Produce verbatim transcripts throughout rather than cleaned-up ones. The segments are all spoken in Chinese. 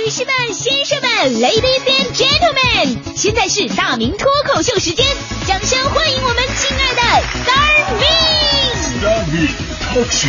女士们、先生们 ，Ladies and Gentlemen， 现在是大明脱口秀时间，掌声欢迎我们亲爱的 Star Me。 大明脱口秀。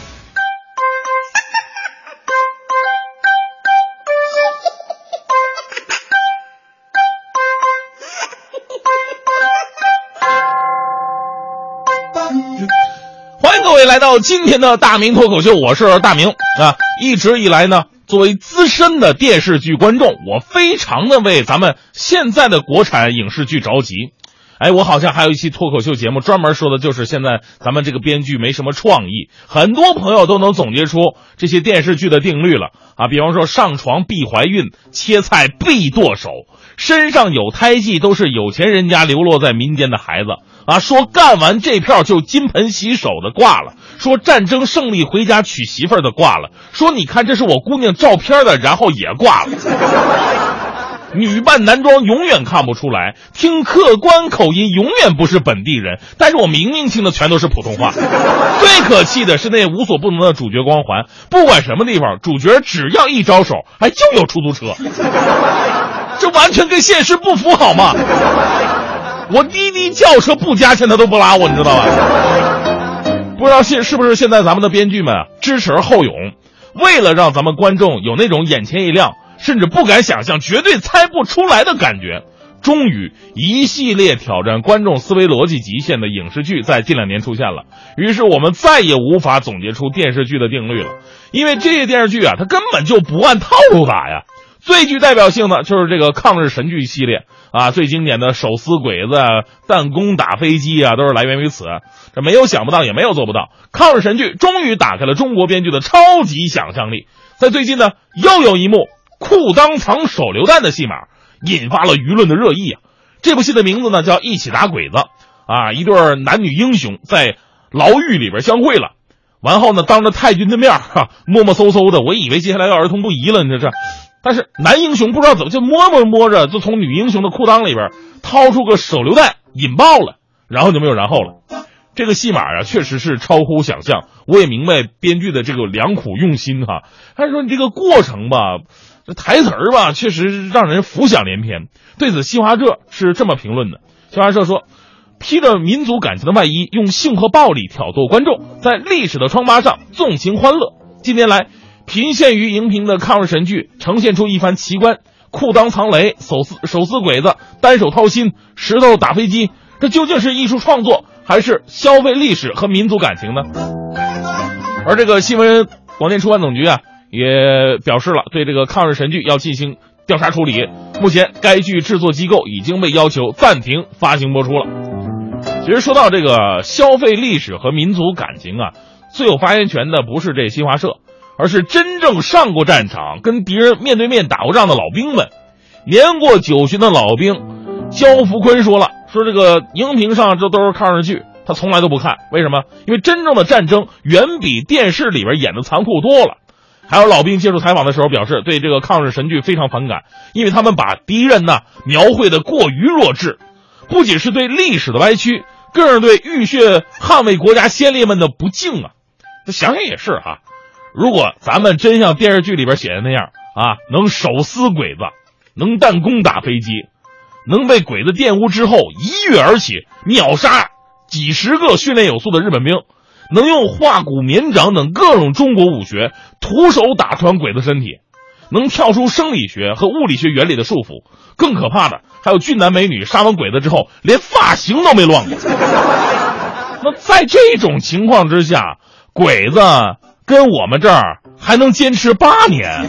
欢迎各位来到今天的大明脱口秀，我是大明啊。一直以来呢，作为资深的电视剧观众，我非常的为咱们现在的国产影视剧着急。哎，我好像还有一期脱口秀节目专门说的就是现在咱们这个编剧没什么创意，很多朋友都能总结出这些电视剧的定律了啊。比方说上床必怀孕，切菜必剁手，身上有胎记都是有钱人家流落在民间的孩子啊。说干完这票就金盆洗手的挂了，说战争胜利回家娶媳妇儿的挂了，说你看这是我姑娘照片的，然后也挂了。女扮男装永远看不出来，听客观口音永远不是本地人，但是我明明听的全都是普通话。最可气的是那无所不能的主角光环，不管什么地方，主角只要一招手，还就有出租车。这完全跟现实不符好吗？我滴滴轿车不加钱他都不拉我，你知道吧？不知道现是不是现在咱们的编剧们啊知耻而后勇，为了让咱们观众有那种眼前一亮，甚至不敢想象，绝对猜不出来的感觉，终于一系列挑战观众思维逻辑极限的影视剧在近两年出现了。于是我们再也无法总结出电视剧的定律了，因为这些电视剧啊它根本就不按套路打呀。最具代表性的就是这个抗日神剧系列啊，最经典的手撕鬼子、弹弓打飞机啊，都是来源于此。这没有想不到，也没有做不到，抗日神剧终于打开了中国编剧的超级想象力。在最近呢，又有一幕裤裆藏手榴弹的戏码引发了舆论的热议啊。这部戏的名字呢叫一起打鬼子啊，一对男女英雄在牢狱里边相会了，完后呢当着太君的面哈，摸摸搜搜的，我以为接下来要儿童不宜了，你这是。但是男英雄不知道怎么就摸摸摸着就从女英雄的裤裆里边掏出个手榴弹引爆了，然后就没有然后了。这个戏码啊确实是超乎想象，我也明白编剧的这个良苦用心哈。但是说你这个过程吧，这台词儿吧确实让人浮想联翩。对此新华社是这么评论的，新华社说，披着民族感情的外衣，用性和暴力挑逗观众，在历史的疮疤上纵情欢乐。近年来频现于荧屏的抗日神剧呈现出一番奇观，裤裆藏雷、手撕手撕鬼子、单手掏心、石头打飞机，这究竟是艺术创作还是消费历史和民族感情呢？而这个新闻广电出版总局啊也表示了对这个抗日神剧要进行调查处理，目前该剧制作机构已经被要求暂停发行播出了。其实说到这个消费历史和民族感情啊，最有发言权的不是这新华社，而是真正上过战场跟敌人面对面打过仗的老兵们。年过九旬的老兵焦福坤说了，说这个荧屏上这都是抗日剧，他从来都不看。为什么？因为真正的战争远比电视里边演的残酷多了。还有老兵接受采访的时候表示，对这个抗日神剧非常反感，因为他们把敌人呢描绘的过于弱智，不仅是对历史的歪曲，更是对浴血捍卫国家先烈们的不敬啊。这想想也是哈，如果咱们真像电视剧里边写的那样啊，能手撕鬼子，能弹弓打飞机，能被鬼子玷污之后一跃而起，秒杀几十个训练有素的日本兵，能用化骨绵掌等各种中国武学徒手打穿鬼子身体，能跳出生理学和物理学原理的束缚。更可怕的还有俊男美女杀完鬼子之后连发型都没乱过。那在这种情况之下，鬼子跟我们这儿还能坚持八年，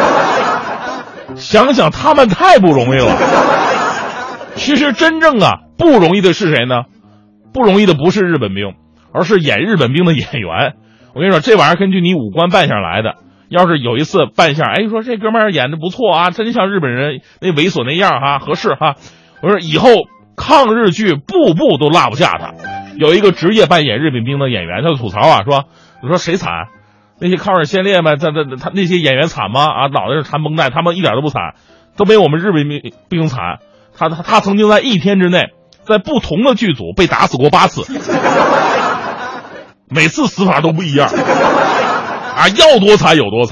想想他们太不容易了。其实真正啊不容易的是谁呢？不容易的不是日本兵，而是演日本兵的演员。我跟你说，这玩意儿根据你五官扮相来的。要是有一次扮相，哎，说这哥们儿演的不错啊，真像日本人那猥琐那样哈，合适哈。我说以后抗日剧步步都落不下他。有一个职业扮演日本兵的演员，他就吐槽啊，说你说谁惨？那些抗日先烈们，他他他那些演员惨吗？啊，脑袋是缠绷带，他们一点都不惨，都没有我们日本兵兵惨。他他他曾经在一天之内，在不同的剧组被打死过八次，每次死法都不一样，啊，要多惨有多惨。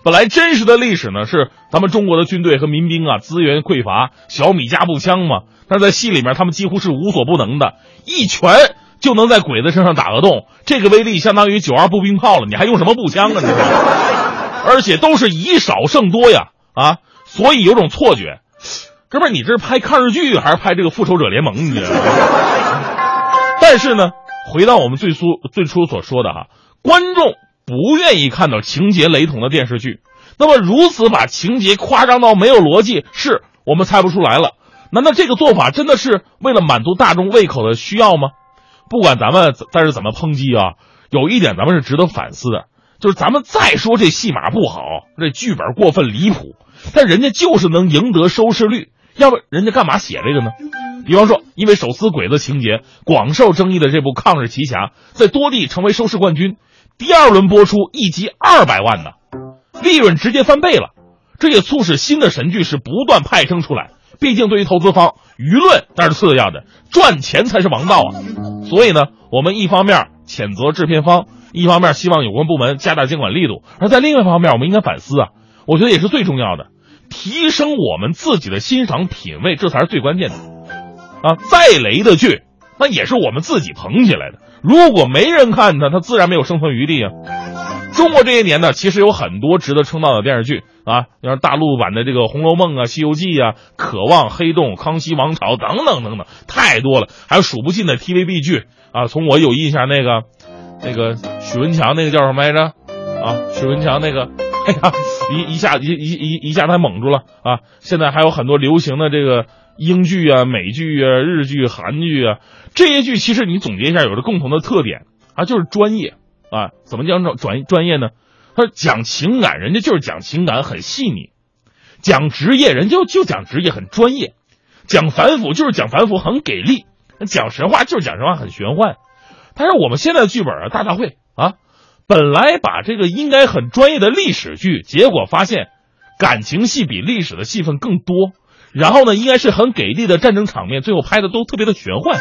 本来真实的历史呢是咱们中国的军队和民兵啊资源匮乏，小米加步枪嘛，但是在戏里面他们几乎是无所不能的，一拳就能在鬼子身上打个洞，这个威力相当于九二步兵炮了，你还用什么步枪啊？你知道吗？而且都是以少胜多呀，啊，所以有种错觉，哥们儿，你这是拍抗日剧还是拍这个复仇者联盟？你知道吗？但是呢，回到我们最初最初所说的哈，观众不愿意看到情节雷同的电视剧，那么如此把情节夸张到没有逻辑，是我们猜不出来了。难道这个做法真的是为了满足大众胃口的需要吗？不管咱们在这怎么抨击啊，有一点咱们是值得反思的，就是咱们再说这戏码不好，这剧本过分离谱，但人家就是能赢得收视率，要不人家干嘛写这个呢？比方说，因为手撕鬼子情节广受争议的这部《抗日奇侠》在多地成为收视冠军，第二轮播出一集二百万呢，利润直接翻倍了。这也促使新的神剧是不断派生出来。毕竟对于投资方，舆论那是次要的，赚钱才是王道啊。所以呢，我们一方面谴责制片方，一方面希望有关部门加大监管力度，而在另外一方面，我们应该反思啊，我觉得也是最重要的，提升我们自己的欣赏品味，这才是最关键的。啊，再雷的剧，那也是我们自己捧起来的。如果没人看它，它自然没有生存余地啊。中国这些年呢，其实有很多值得称道的电视剧啊，像大陆版的这个《红楼梦》啊、《西游记》啊、《渴望》、《黑洞》、《康熙王朝》等等等等，太多了，还有数不尽的 T V B 剧啊。从我有印象那个那个许文强那个叫什么来着啊？许文强那个，哎呀，一一下一一一一下他蒙住了啊！现在还有很多流行的这个英剧啊、美剧啊、日剧、韩剧啊，这些剧其实你总结一下，有着共同的特点啊，就是专业啊。怎么讲专专业呢？他讲情感，人家就是讲情感，很细腻；讲职业，人就就讲职业，很专业；讲反腐就是讲反腐，很给力；讲神话就是讲神话，很玄幻。但是我们现在的剧本啊，大大会啊，本来把这个应该很专业的历史剧，结果发现感情戏比历史的戏份更多。然后呢，应该是很给力的战争场面，最后拍的都特别的玄幻。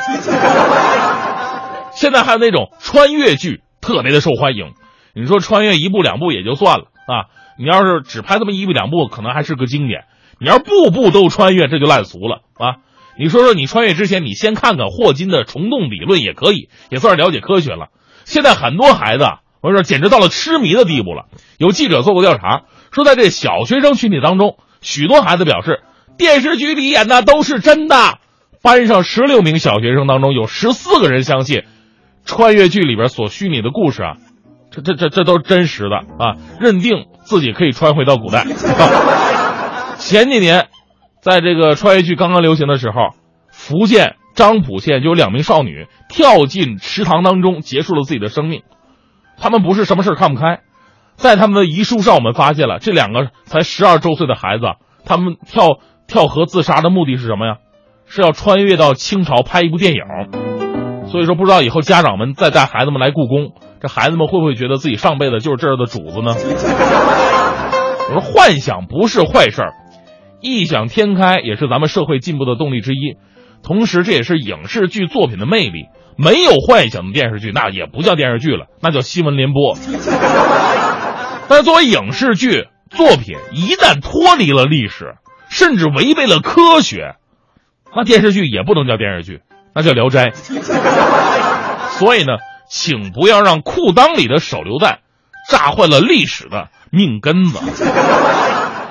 现在还有那种穿越剧特别的受欢迎，你说穿越一部两部也就算了啊，你要是只拍这么一部两部，可能还是个经典。你要步步都穿越，这就烂俗了啊！你说说，你穿越之前，你先看看霍金的虫洞理论也可以，也算是了解科学了。现在很多孩子，我说简直到了痴迷的地步了。有记者做过调查，说在这小学生群体当中，许多孩子表示电视剧里演的都是真的。班上十六名小学生当中，有十四个人相信穿越剧里边所虚拟的故事啊，这这这这都是真实的啊，认定自己可以穿回到古代。啊、前几年，在这个穿越剧刚刚流行的时候，福建漳浦县就有两名少女跳进池塘当中，结束了自己的生命。他们不是什么事看不开，在他们的遗书上，我们发现了这两个才十二周岁的孩子，他们跳跳河自杀的目的是什么呀？是要穿越到清朝拍一部电影。所以说，不知道以后家长们再带孩子们来故宫，这孩子们会不会觉得自己上辈子就是这儿的主子呢？我说幻想不是坏事儿，异想天开也是咱们社会进步的动力之一，同时这也是影视剧作品的魅力。没有幻想的电视剧，那也不叫电视剧了，那叫新闻联播。但是作为影视剧作品，一旦脱离了历史，甚至违背了科学，那电视剧也不能叫电视剧，那叫聊斋。所以呢，请不要让裤裆里的手榴弹炸坏了历史的命根子。